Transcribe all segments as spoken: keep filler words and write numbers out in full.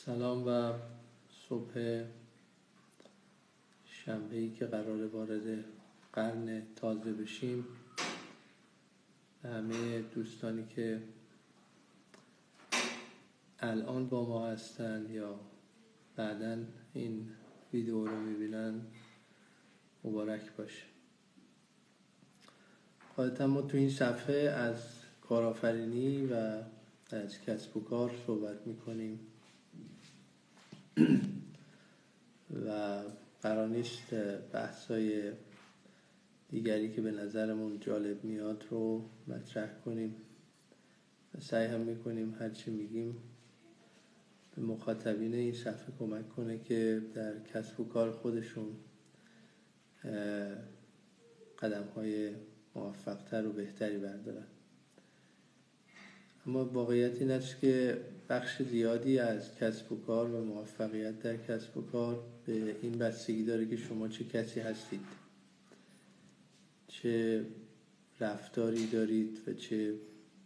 سلام و صبح شنبه‌ای که قراره وارد قرن تازه بشیم. به همه دوستانی که الان با ما هستن یا بعداً این ویدیو رو میبینن مبارک باشه. قاعدتا ما تو این صفحه از کارآفرینی و از کسب و کار صحبت میکنیم و قرار نیست بحثای دیگری که به نظرمون جالب میاد رو مطرح کنیم و سعی هم میکنیم هرچی میگیم به مخاطبین این صفحه کمک کنه که در کسب و کار خودشون قدم های موفقتر و بهتری بردارن. اما واقعیت این است که بخش زیادی از کسب و کار و موفقیت در کسب و کار به این بستگی داره که شما چه کسی هستید، چه رفتاری دارید و چه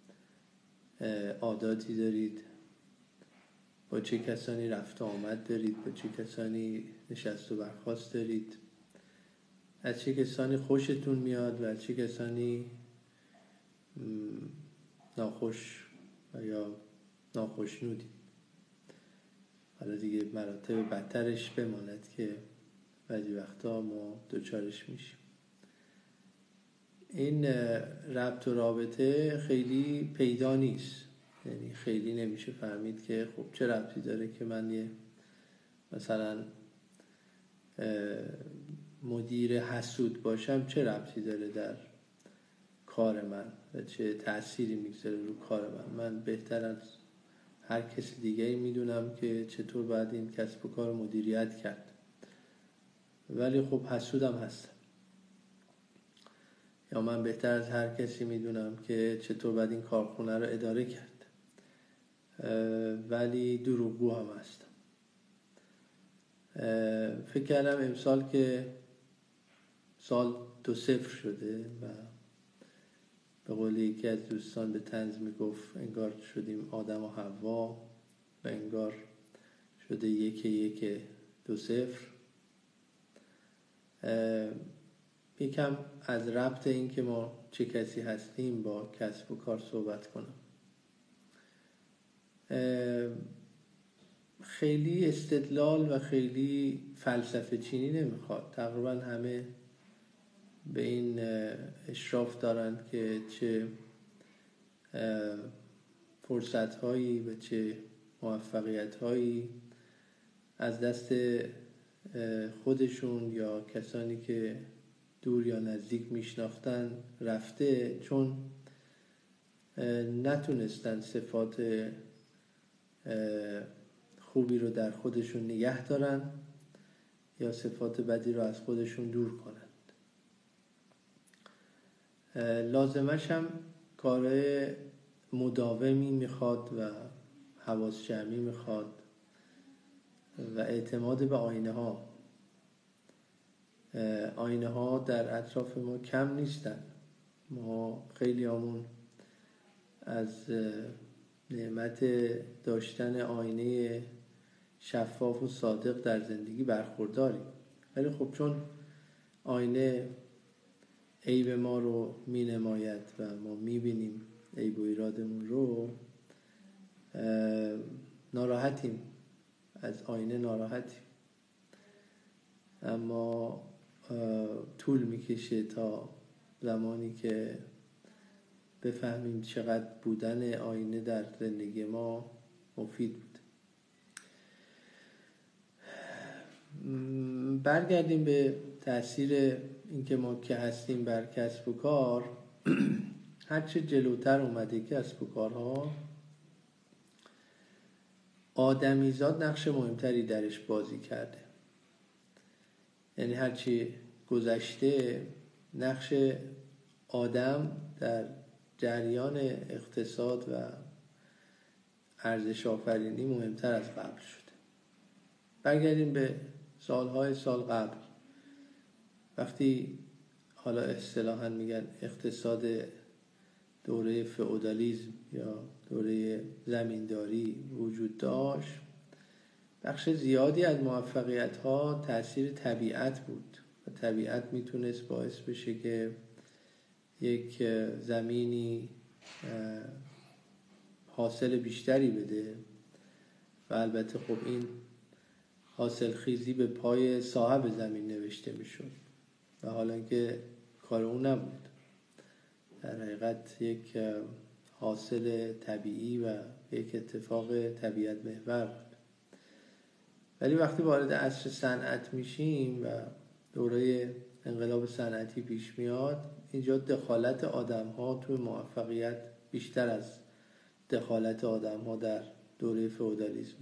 عاداتی دارید، با چه کسانی رفت و آمد دارید، با چه کسانی نشست و برخاست دارید، از چه کسانی خوشتون میاد و از چه کسانی ناخوش و یا ناخوشنودید. حالا دیگه مراتب بدترش بماند که بعضی وقتا ما دوچارش میشیم. این ربط و رابطه خیلی پیدا نیست، یعنی خیلی نمیشه فهمید که خب چه ربطی داره که من یه مثلا مدیر حسود باشم، چه ربطی داره در کار من و چه تأثیری میگذاره رو کار من. من بهتر از هر کسی دیگه میدونم که چطور باید این کسب و کار مدیریت کرد، ولی خب حسودم هستم. یا من بهتر از هر کسی میدونم که چطور باید این کارخونه رو اداره کرد، ولی دروغگو هم هستم. فکر کردم امسال که سال دو صفر شده و به قول یکی از دوستان به طنز میگفت انگار شدیم آدم و حوا و انگار شده یک یک دو صفر. یکم از ربط این که ما چه کسی هستیم با کسب و کار صحبت کنم. خیلی استدلال و خیلی فلسفه چینی نمیخواد. تقریبا همه به این اشراف دارند که چه فرصت هایی و چه موفقیت هایی از دست خودشون یا کسانی که دور یا نزدیک میشناختن رفته، چون نتونستن صفات خوبی رو در خودشون نگه دارن یا صفات بدی رو از خودشون دور کنند. لازمش هم کار مداومی میخواد و حواس جمعی میخواد و اعتماد به آینه ها. آینه ها در اطراف ما کم نیستن. ما خیلی همون از نعمت داشتن آینه شفاف و صادق در زندگی برخورداریم، ولی خب چون آینه عیب ما رو می نماید و ما می بینیم عیب و ایرادمون رو، ناراحتیم، از آینه ناراحتیم. اما طول میکشه تا زمانی که بفهمیم چقدر بودن آینه در زندگی ما مفید بود. برگردیم به تأثیر اینکه ما که هستیم بر کسب و کار. هرچه جلوتر اومده کسب و کارها، آدمیزاد نقش مهمتری درش بازی کرده. یعنی هرچی گذشته نقش آدم در جریان اقتصاد و ارزش آفرینی مهمتر از قبل شده. برگردیم به سالهای سال قبل، وقتی حالا اصطلاحاً میگن اقتصاد دوره فئودالیسم یا دوره زمینداری وجود داشت، بخش زیادی از موفقیت ها تأثیر طبیعت بود و طبیعت میتونست باعث بشه که یک زمینی حاصل بیشتری بده و البته خب این حاصل خیزی به پای صاحب زمین نوشته میشد و حالا که کار اون نبود، در حقیقت یک حاصل طبیعی و یک اتفاق طبیعت محور بود. ولی وقتی وارد عصر صنعت میشیم و دوره انقلاب صنعتی پیش میاد، اینجا دخالت آدم ها توی موفقیت بیشتر از دخالت آدم ها در دوره فئودالیسمه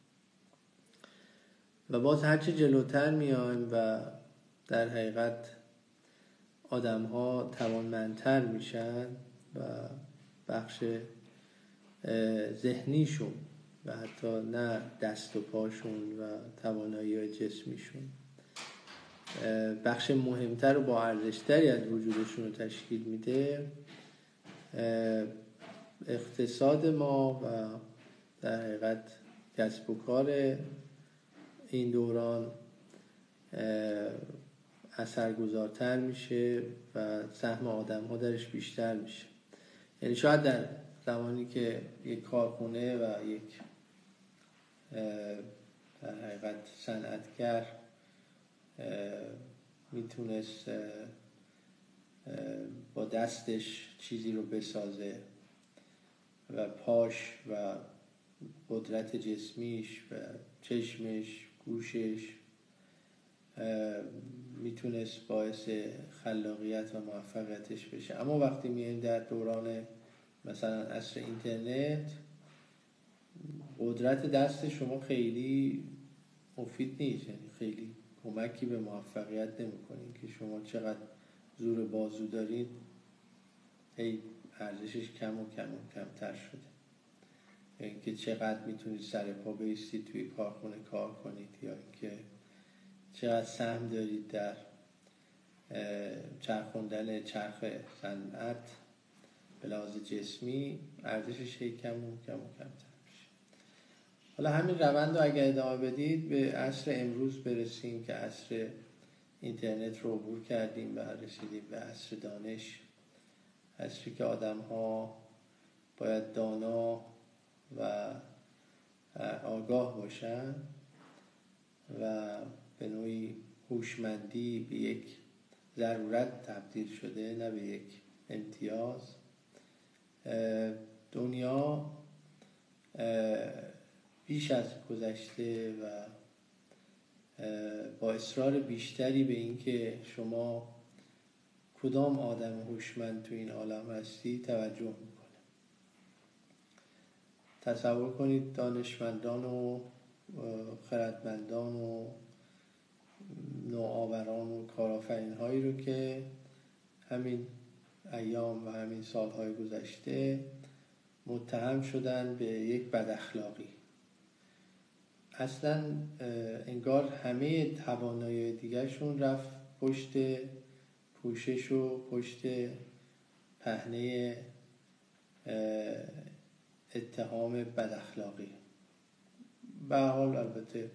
و باز هرچه جلوتر میایم و در حقیقت آدم ها توانمندتر میشن و بخش ذهنیشون و حتی نه دست و پاشون و توانایی جسمیشون بخش مهمتر و با ارزشتری از وجودشون رو تشکیل میده، اقتصاد ما و در حقیقت کسب و کار این دوران اثرگذارتر میشه و سهم آدم ها درش بیشتر میشه. یعنی شاید در زمانی که یک کارخونه و یک در حقیقت صنعتگر میتونست با دستش چیزی رو بسازه و پاش و قدرت جسمیش و چشمش، گوشش میتونست باعث خلاقیت و موفقیتش بشه. اما وقتی میایم در دوران مثلا عصر اینترنت، قدرت دست شما خیلی مفید نیست، یعنی خیلی کمکی به موفقیت نمی‌کنه. که شما چقدر زور بازو دارید هی ارزشش کم و کم و کمتر شده. یعنی که چقدر میتونید سر پا بایستید توی کارخونه کار کنید یا اینکه چقدر سهم دارید در چرخوندن چرخ صنعت به لحاظ جسمی، ارزشش هی کم و کم و کمتر میشه. حالا همین روند رو اگر ادامه بدید به عصر امروز برسیم که عصر اینترنت رو عبور کردیم و رسیدیم به عصر دانش، عصری که آدم ها باید دانا و آگاه باشن و به نوعی هوشمندی به یک ضرورت تبدیل شده، نه به یک امتیاز. دنیا بیش از گذشته و با اصرار بیشتری به این که شما کدام آدم هوشمند تو این عالم هستی توجه میکنه. تصور کنید دانشمندان و خردمندان و نوآوران و کارآفرین هایی رو که همین ایام و همین سالهای گذشته متهم شدن به یک بداخلاقی. اصلا انگار همه توانایی دیگرشون رفت پشت پوشش و پشت پهنه اتهام بداخلاقی. به هر حال البته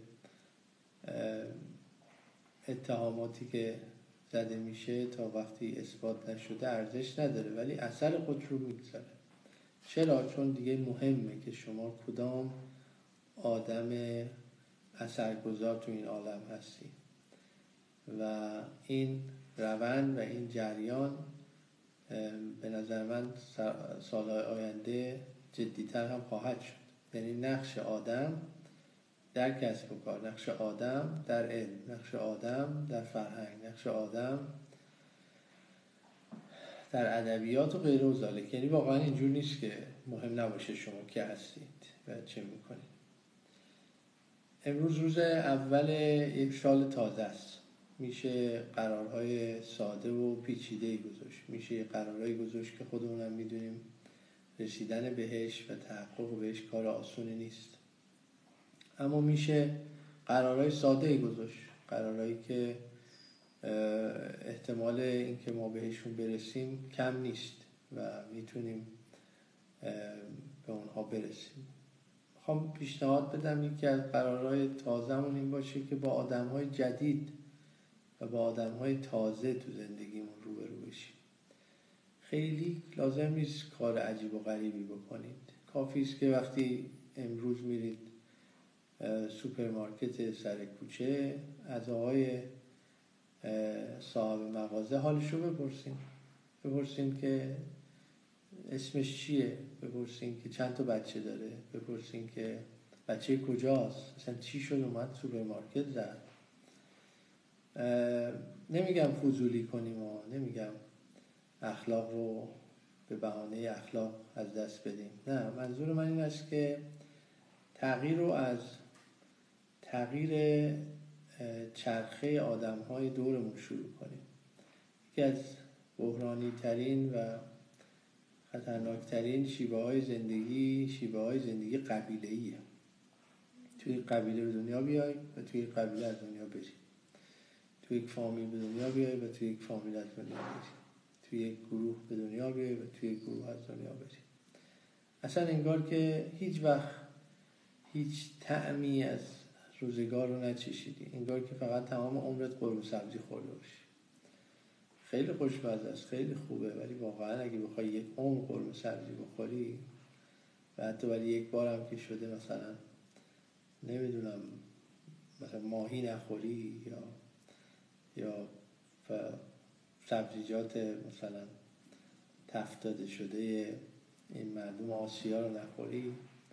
اتهاماتی که زده میشه تا وقتی اثبات نشده ارزش نداره، ولی اثر خود رو میگذاره. چرا؟ چون دیگه مهمه که شما کدام آدم اثرگذار تو این عالم هستی و این روند و این جریان به نظر من سالهای آینده جدیتر هم خواهد شد. یعنی نقش آدم در کسب و کار، نقش آدم در علم، نقش آدم در فرهنگ، نقش آدم در ادبیات و غیره و ذالک. یعنی واقعا اینجور نیست که مهم نباشه شما که هستید و چه میکنید. امروز روز اول یک سال تازه است. میشه قرارهای ساده و پیچیده‌ای گذاشت، میشه قرارهایی گذاشت که خودمونم میدونیم رسیدن بهش و تحقق بهش کار آسونی نیست. اما میشه قرارهای ساده‌ای گذاشت، قرارهایی که احتمال اینکه ما بهشون برسیم کم نیست و میتونیم به اونها برسیم. میخوام پیشنهاد بدم یکی از قرارهای تازه‌مون این باشه که با آدم‌های جدید و با آدم‌های تازه تو زندگیمون روبرو بشیم. خیلی لازم نیست کار عجیب و غریبی بکنید. کافی است که وقتی امروز میرید سوپرمارکت سر کوچه از آقای صاحب مغازه حالشو بپرسین. بپرسین که اسمش چیه، بپرسین که چند تا بچه داره، بپرسین که بچه کجاست، مثلا چی شد اومد سوپرمارکت زد. نمیگم فضولی کنیم و نمیگم اخلاق رو به بهانه اخلاق از دست بدیم، نه، منظور من این است که تغییر رو از تغییر چرخه آدم های دورمون شروع کنیم. یکی از بحرانی ترین و خطرناکترین شیوه های زندگی شیوه های زندگی قبیله‌ایه. توی قبیله به دنیا بیای و توی قبیله از دنیا بری، توی یک فامیل به دنیا بیای و توی یک فامیل از دنیا بری، توی یک گروه به دنیا بیای و توی یک گروه از دنیا بری. اصلا انگار که هیچ وقت هیچ طعمی از روزگار رو نچشیدی، انگار که فقط تمام عمرت قرمه سبزی خورده باشی. خیلی خوشمزه است، خیلی خوبه، ولی واقعا اگه بخوای یک عمر قرمه سبزی بخوری و حتی ولی یک بارم که شده مثلا نمیدونم مثلا ماهی نخوری یا یا سبزیجات مثلا تفتاده شده این مردم آسیا رو نخوری،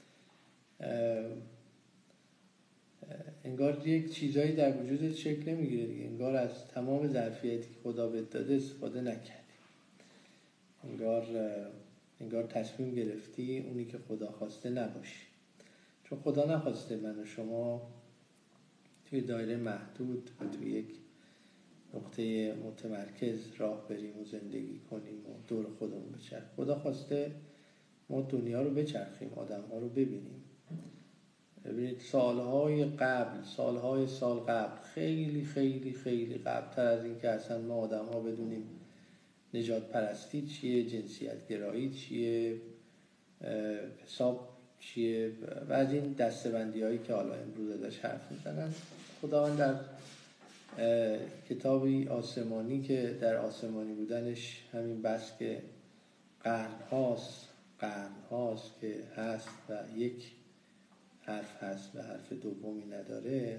انگار یک چیزایی در وجودت شکل نمیگیره دیگه. انگار از تمام ظرفیتی که خدا بهت داده استفاده نکردی. انگار انگار تصمیم گرفتی اونی که خدا خواسته نباشی. چون خدا نخواسته من و شما توی دایره محدود و توی یک نقطه متمرکز راه بریم و زندگی کنیم و دور خودمون بچرخیم. خدا خواسته ما دنیا رو بچرخیم، آدم‌ها رو ببینیم. ببینید سالهای قبل سالهای سال قبل خیلی خیلی خیلی قبلتر از این که اصلا ما آدم ها بدونیم نجات پرستی چیه، جنسیت گرایی چیه، حساب چیه و از این دستبندی هایی که حالا امروز ازش حرف میزنن، خداوند در کتابی آسمانی که در آسمانی بودنش همین بس که قرن هاست قرن هاست که هست و یک حرف هست و حرف دومی نداره،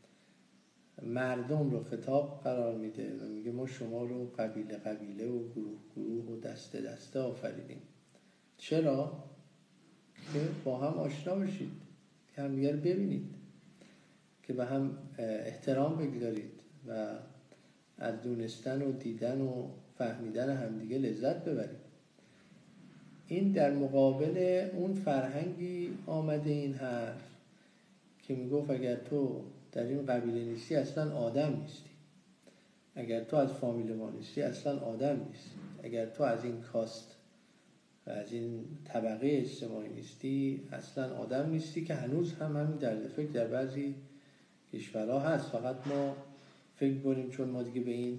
مردم رو خطاب قرار میده و میگه ما شما رو قبیله قبیله و گروه گروه و دسته دسته آفریدیم. چرا؟ که با هم آشنا بشید، که هم دیگر ببینید، که به هم احترام بگذارید و از دونستن و دیدن و فهمیدن همدیگه لذت ببرید. این در مقابل اون فرهنگی آمده این حرف که میگفت اگر تو در این قبیله نیستی اصلا آدم نیستی، اگر تو از فامیل ما نیستی اصلا آدم نیستی، اگر تو از این کاست و از این طبقه اجتماعی نیستی اصلا آدم نیستی، که هنوز هم همین در فکر در بعضی کشورها هست. فقط ما فکر کنیم چون ما دیگه به این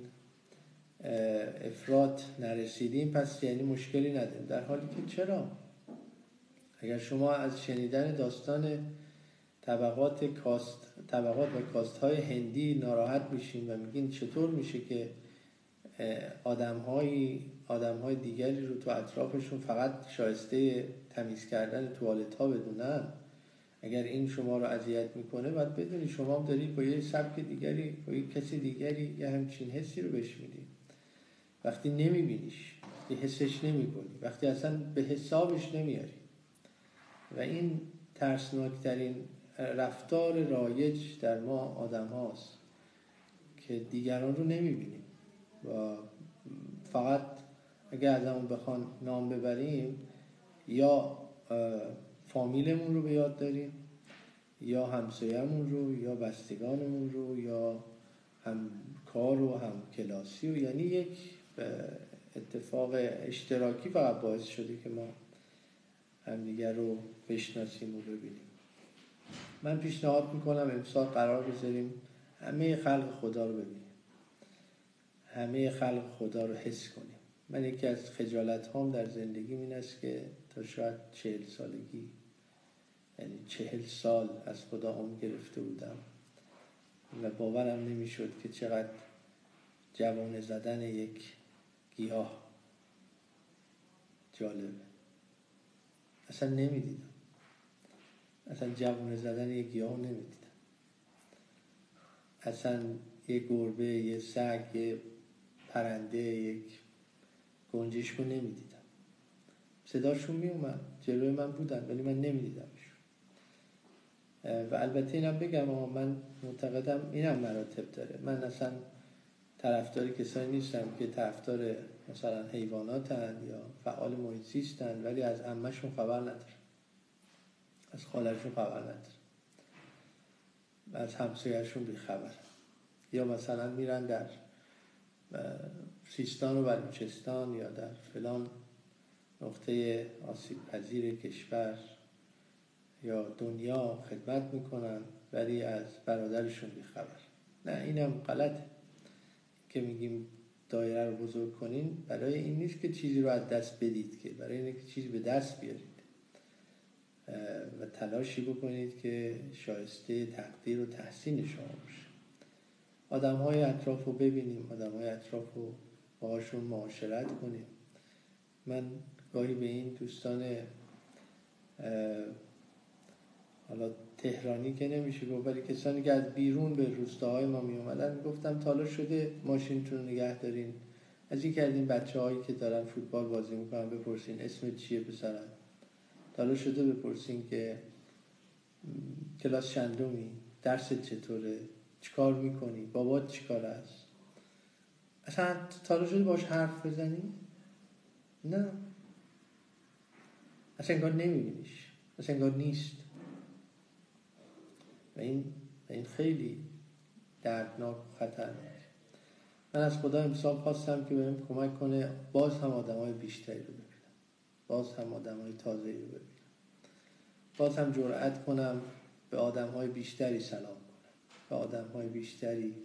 افراط نرسیدیم پس یعنی مشکلی نداریم، در حالی که چرا؟ اگر شما از شنیدن داستان طبقات کاست طبقات و کاست های هندی ناراحت میشین و میگین چطور میشه که آدم‌های آدم‌های دیگری رو تو اطرافشون فقط شایسته تمیز کردن توالت ها بدونن، اگر این شما رو اذیت میکنه باید بدونی شما هم دارید با یه سبک دیگری با یه کسی دیگری یه همچین حسی رو بهش میدی. وقتی نمیبینیش، وقتی حسش نمیکنی، وقتی اصلا به حسابش نمیاری، و این ترسناکترین رفتار رایج در ما آدم هاست که دیگران رو نمیبینیم و فقط اگه از همون بخوان نام ببریم یا فامیلمون رو به یاد داریم یا همسایه‌مون رو یا بستگانمون رو یا هم کار و هم کلاسی و یعنی یک اتفاق اشتراکی فقط باعث شده که ما همدیگر رو بشناسیم و ببینیم. من پیشنهاد میکنم امسال قرار بذاریم همه خلق خدا رو ببینیم، همه خلق خدا رو حس کنیم. من یکی از خجالت هام در زندگی این است که تا شاید چهل سالگی یعنی چهل سال از خدا عمر گرفته بودم و باورم نمیشد که چقدر جوانه زدن یک گیاه جالبه. اصلا نمیدیدم، اصلا جوانه زدن یک گیاه نمیدیدم، اصلا یک گربه، یک سگ، یک پرنده، یک گنجشک رو نمیدیدم. صداشون میومد، جلوی من بودن ولی من نمیدیدمشون. و البته اینم بگم من معتقدم اینم مراتب داره. من اصلا طرفدار کسایی نیستم که طرفدار مثلا حیواناتن یا فعال محیط زیستن ولی از عمه‌شون خبر نداره، از خاله‌شون خبر نداره، از همسایه‌شون بیخبر، یا مثلا میرن در سیستان و بلوچستان یا در فلان نقطه آسیب پذیر کشور یا دنیا خدمت میکنن ولی از برادرشون بیخبر. نه، اینم غلطه که میگیم دایره رو بزرگ کنین. برای این نیست که چیزی رو از دست بدید، که برای اینه که چیزی به دست بیارید و تلاشی بکنید که شایسته تقدیر و تحسین شما باشه. آدم های اطراف رو ببینیم، آدم های اطراف رو باهاشون معاشرت کنیم. من گاهی به این دوستان حالا تهرانی که نمیشه گفت ولی کسانی که از بیرون به روستاهای ما می اومدن میگفتم تا حالا شده ماشینتون رو نگه دارین، از یک از این بچه هایی که دارن فوتبال بازی میکنن بپرسین اسم چیه پسرم، تا حالا شده بپرسین که کلاس چندمی، درست چطوره، چیکار میکنی، بابات چیکار است، اصلا تا حالا شده باش حرف بزنی؟ نه، اصلا انگار نمیبینیش، اصلا انگار نیست. و این و این خیلی دردناک و خطرناک. من از خدا امسال خواستم که بهم کمک کنه باز هم آدمای بیشتری رو ببینم، باز هم آدمای تازه‌ای رو ببینم، باز هم جرأت کنم به آدمای بیشتری سلام کنم، به آدمای بیشتری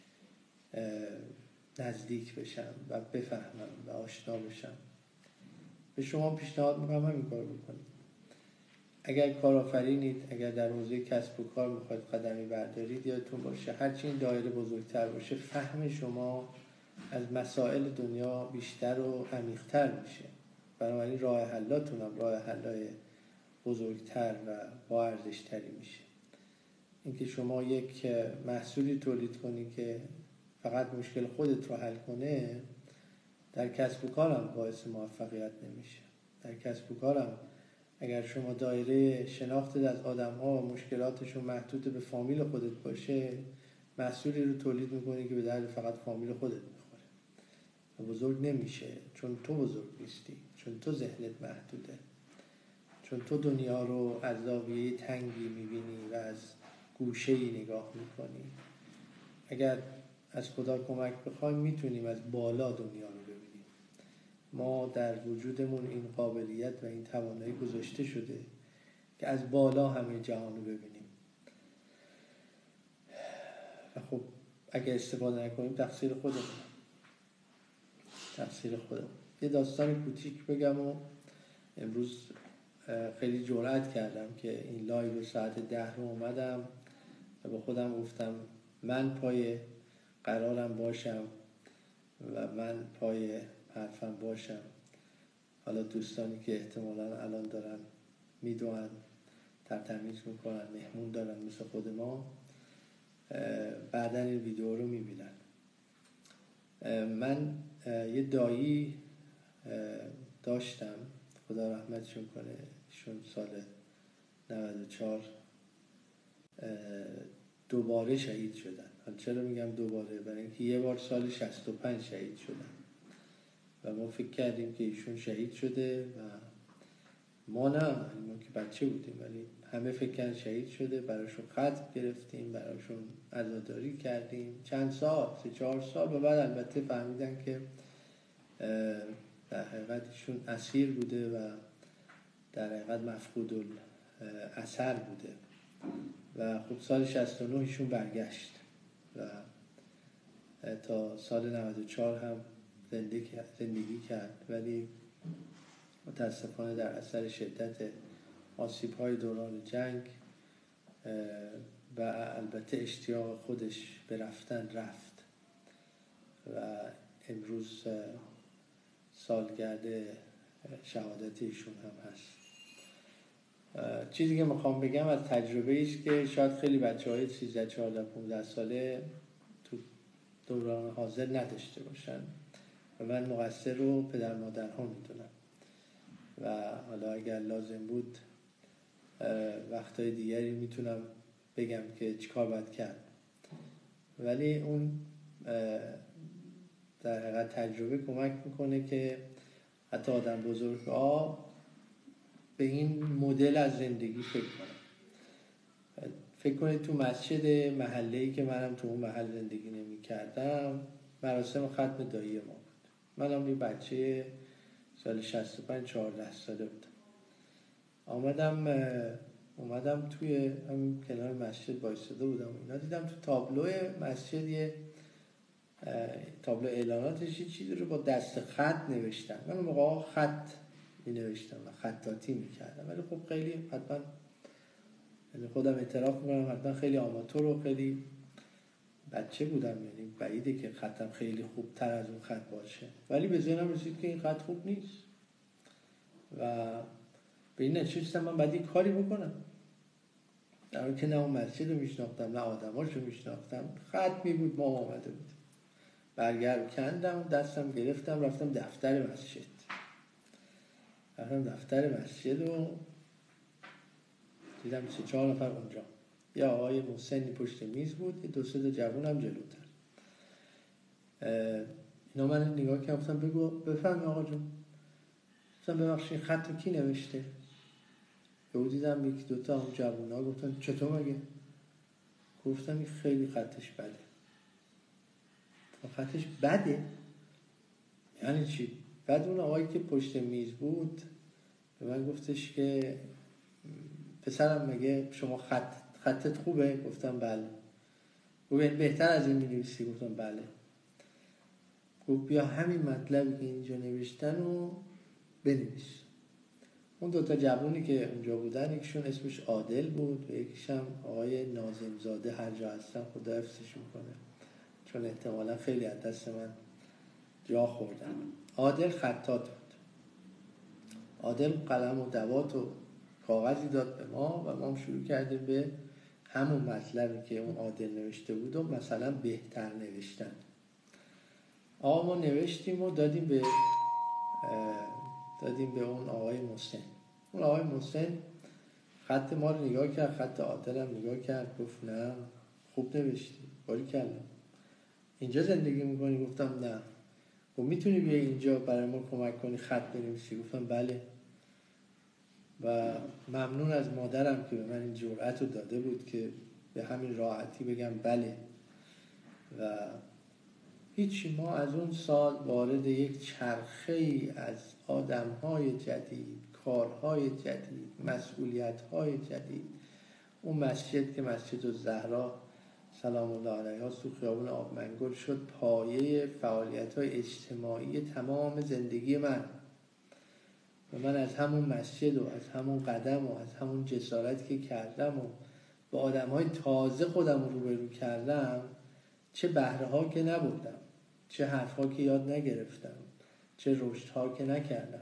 نزدیک بشم و بفهمم و آشنا بشم. به شما پیشنهاد میکنم همین کار بکنید. اگر کارآفرینید، اگر در حوزه کسب و کار میخواید قدمی بردارید، یادتون باشه هرچی این دایره بزرگتر باشه فهم شما از مسائل دنیا بیشتر و عمیق‌تر میشه. بنابراین راه حلاتون هم راه حلای بزرگتر و با ارزش‌تری میشه. اینکه شما یک محصولی تولید کنی که فقط مشکل خودت رو حل کنه، در کسب و کارم باعث موفقیت نمیشه. در کسب و کارم اگر شما دایره شناختت از آدم‌ها و مشکلاتشون محدود به فامیل خودت باشه، محصولی رو تولید میکنی که به درد فقط فامیل خودت میخوره و بزرگ نمیشه. چون تو بزرگ نیستی، چون تو ذهنت محدوده، چون تو دنیا رو از زاویه تنگی میبینی و از گوشه‌ای نگاه میکنی. اگر از خدا کمک بخوایم میتونیم از بالا دنیا رو ببینیم. ما در وجودمون این قابلیت و این توانایی گذاشته شده که از بالا همه جهان رو ببینیم و خب اگه استفاده نکنیم تقصیر خودمون، تقصیر خودمون. یه داستان کوچیک بگم و امروز خیلی جرأت کردم که این لایو ساعت ده رو اومدم و با خودم گفتم من پای قرارم باشم و من پای حرفم باشم. حالا دوستانی که احتمالاً الان دارن میدونن ترتمیز میکنن، مهمون دارن مثل خود ما، بعدن این ویدیو رو میبینن. من یه دایی داشتم، خدا رحمتشون کنه، ایشون سال نود و چهار دوباره شهید شدن. حالا چرا میگم دوباره؟ برای اینکه یه بار سال شصت و پنج شهید شدن و ما فکر کردیم که ایشون شهید شده و ما نه، ما که بچه بودیم ولی همه فکر کردن شهید شده. براشون خط گرفتیم، براشون عزاداری کردیم چند سال، سه چهار سال و بعد البته فهمیدن که در حقیقت ایشون اسیر بوده و در حقیقت مفقود الاثر بوده و خب سال شصت و نه ایشون برگشت و تا سال نود و چهار هم زندگی کرد ولی متاسفانه در اثر شدت آسیب‌های دوران جنگ و البته اشتیاق خودش به رفتن رفت و امروز سالگرد شهادت ایشون هم هست. چیزی که میخوام بگم از تجربه ایست که شاید خیلی بچه های سیزده چهارده پانزده ساله تو دوران حاضر نداشته باشن و من مقصر رو پدر مادرها میدونم و حالا اگر لازم بود وقتهای دیگری میتونم بگم که چیکار باید کرد، ولی اون در حقیقت تجربه کمک میکنه که حتی آدم بزرگا به این مدل از زندگی فکر کنم. فکر کنید تو مسجد محله‌ای که منم تو اون محل زندگی نمی کردم مراسم ختم دایی ما بود. منم یه بچه سال شصت و پنج چهارده ساله بودم. آمدم اومدم توی همین کنار مسجد وایساده بودم و اینا دیدم تو تابلو مسجد یه تابلو اعلاناتش یه چیزی رو با دست خط نوشتن. من موقعا خط می نوشتم و خطاطی می کردم، ولی خب خیلی حتما خودم اعتراف میکنم حتما خیلی آماتور و خیلی بچه بودم، یعنی بعیده که خطم خیلی خوب تر از اون خط باشه، ولی به ذهنم رسید که این خط خوب نیست و به این نتیجه من باید یک کاری بکنم. در حالی که نه اون مسجد رو میشناختم نه آدماش رو میشناختم، خط می بود ما آمده بود. برگرد کندم دستم گرفتم رفتم دفتر مسجد رفتم دفتر مسجد و دیدم سه چهار نفر اونجا، یا آقای محسنی پشت میز بود، یه دو سه تا جوون هم جلوتر. اینا من نگاه کردم گفتم بگو بفهم آقا جون. گفتم ببخشید خط رو کی نوشته؟ یهو دیدم یکی دو تا اون جوونا گفتن چطور مگه؟ گفتم این خیلی خطش بده. خطش بده؟ یعنی چی؟ بعد اون آقایی که پشت میز بود به من گفتش که پسرم مگه شما خط خطت خوبه؟ گفتم بله. گفت بهتر از این می‌نویسی؟ گفتم بله. گفت بیا همین مطلبی که اینجا نوشتن رو بنویس. اون دوتا جوونی که اونجا بودن یکیشون اسمش عادل بود و یکیش هم آقای ناظم زاده، هر جا هستن خدا حفظش میکنه چون احتمالا خیلی از دست من جا خوردن. عادل خطاط بود. عادل قلم و دوات و کاغذی داد به ما و ما هم شروع کردیم به همون مطلبی که اون عادل نوشته بود و مثلا بهتر نوشتن. آقا ما نوشتیم و دادیم به دادیم به اون آقای محسن. اون آقای محسن خط ما رو نگاه کرد، خط عادل هم نگاه کرد، گفت نه خوب نوشتی، باریکلا. اینجا زندگی میکنی؟ گفتم نه. و میتونی بیای اینجا برای ما کمک کنی خط بنویسی؟ گفتم بله. و ممنون از مادرم که به من این جرأت رو داده بود که به همین راحتی بگم بله. و هیچی، ما از اون سال وارد یک چرخه‌ای از آدم‌های جدید، کارهای جدید، مسئولیت‌های جدید. اون مسجد که مسجد الزهرا سلام الله علیها تو خیابون آبمنگل شد پایه فعالیت‌های اجتماعی تمام زندگی من. و من از همون مسجد و از همون قدم و از همون جسارتی که کردم و با آدم‌های تازه خودم رو روبرو کردم، چه بهره‌ها که نبردم، چه حرف‌ها که یاد نگرفتم، چه رشدها که نکردم.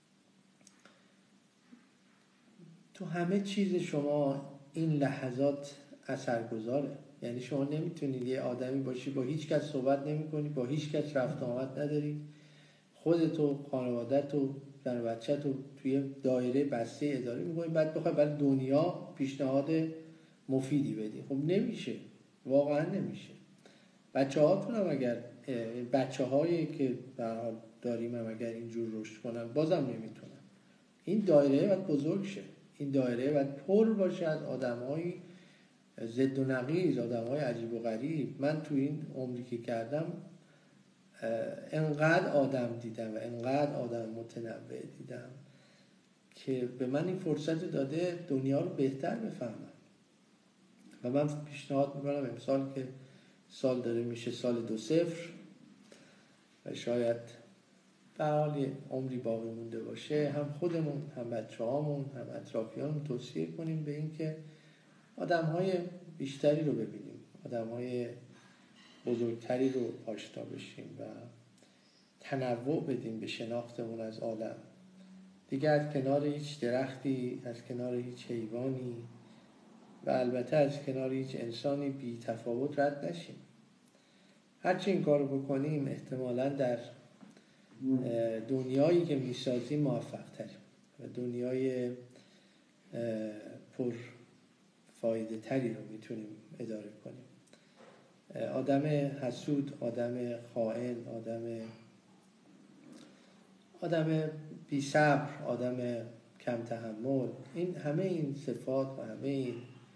تو همه چیز شما این لحظات اثرگذاره. یعنی شما نمیتونید یه آدمی باشی با هیچ کس صحبت نمی‌کنی، با هیچ کس رفت آمد نداری، خودت و خانوادت و زن و بچت رو توی دایره بسته اداره می‌کنی، بعد بخوای برای دنیا پیشنهاد مفیدی بدی. خب نمیشه، واقعا نمیشه. بچه هاتون هم اگر بچه هایی که برحال داریم هم اگر اینجور رشد کنن بازم نمیتونن. این دایره باید بزرگ شه، این دایره باید پر باشه از آدم های ضد و نقیض، آدم های عجیب و غریب. من تو این عمری که کردم انقدر آدم دیدم و انقدر آدم متنوع دیدم که به من این فرصت داده دنیا رو بهتر بفهمم. و من پیشنهاد میکنم امسال که سال داره میشه سال دو صفر و شاید در حال یه عمری باقی مونده باشه، هم خودمون هم بچه هامون هم اطرافیانمون توصیه کنیم به این که آدم های بیشتری رو ببینیم، آدم های بزرگتری رو آشنا بشیم و تنوع بدیم به شناختمون از عالم. دیگه از کنار هیچ درختی، از کنار هیچ حیوانی و البته از کنار هیچ انسانی بی تفاوت رد نشیم. هرچی این کارو بکنیم احتمالاً در دنیایی که میسازیم موفق تریم و دنیای پر فایده تری رو میتونیم اداره کنیم. آدم حسود، آدم خائن، آدم آدم بی صبر، آدم کم تحمل، این همه این صفات و همه این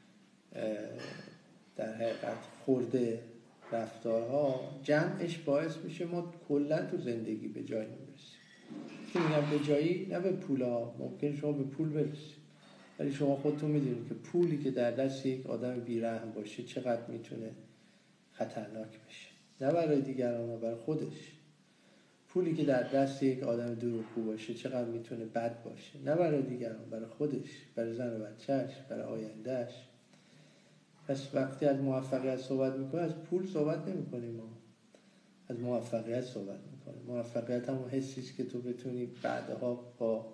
در حقیقت خورده رفتارها جمعش باعث میشه ما کلا تو زندگی به جایی نمیرسیم. که میگم به جایی، نه به پولا، ممکن شما به پول برسید ولی شما خودتون میدونید که پولی که در دست یک آدم بیرحم باشه چقدر میتونه خطرناک بشه، نه برای دیگران و برای خودش. پولی که در دست یک آدم دروغگو باشه چقدر میتونه بد باشه، نه برای دیگران، برای خودش، برای زن و بچهش، برای آیندهش. پس وقتی از موفقیت صحبت میکنیم از پول صحبت نمیکنیم، ما از موفقیت صحبت میکنیم. موفقیت هم حسیست که تو بتونی بعدها با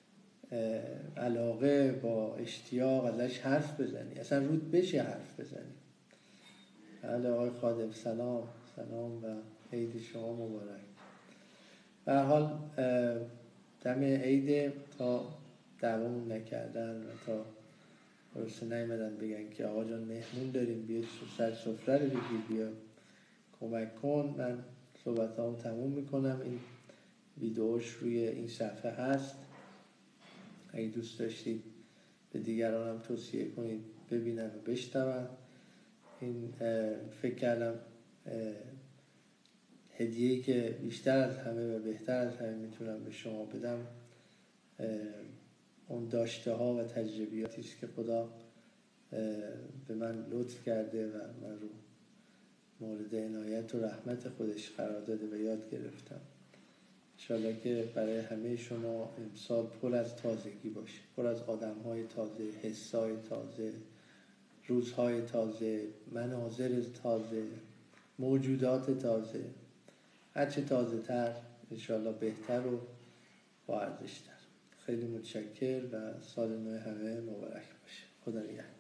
علاقه، با اشتیاق ازش حرف بزنی، اصلا رود بشه حرف بزنی. بله آقای خادم، سلام سلام و عید شما مبارک. به هر حال دم عید تا دعوامون نکردن و تا درسته نیمدن بگن که آقا جان مهمون داریم بیا سر سفره رو بگیر، بیا کمک کن. من صحبت هامو تموم میکنم. این ویدئوش روی این صفحه هست، اگه دوست داشتید به دیگران هم توصیه کنید ببینن و بشنون. این فکر کردم هدیه‌ای که بیشتر از همه و بهتر از همه میتونم به شما بدم اون داشته ها و تجربیاتی است که خدا به من لطف کرده و من رو مورد عنایت و رحمت خودش قرار داده و یاد گرفتم. انشاءالله که برای همه شما امسال پر از تازگی باشه، پر از آدم‌های تازه، حس‌های تازه، روزهای تازه، مناظر تازه، موجودات تازه. هرچه تازه تر انشاءالله بهتر و با ارزش‌تر. خیلی متشکر و سال نو همه مبارک باشه. خدا نگهدار.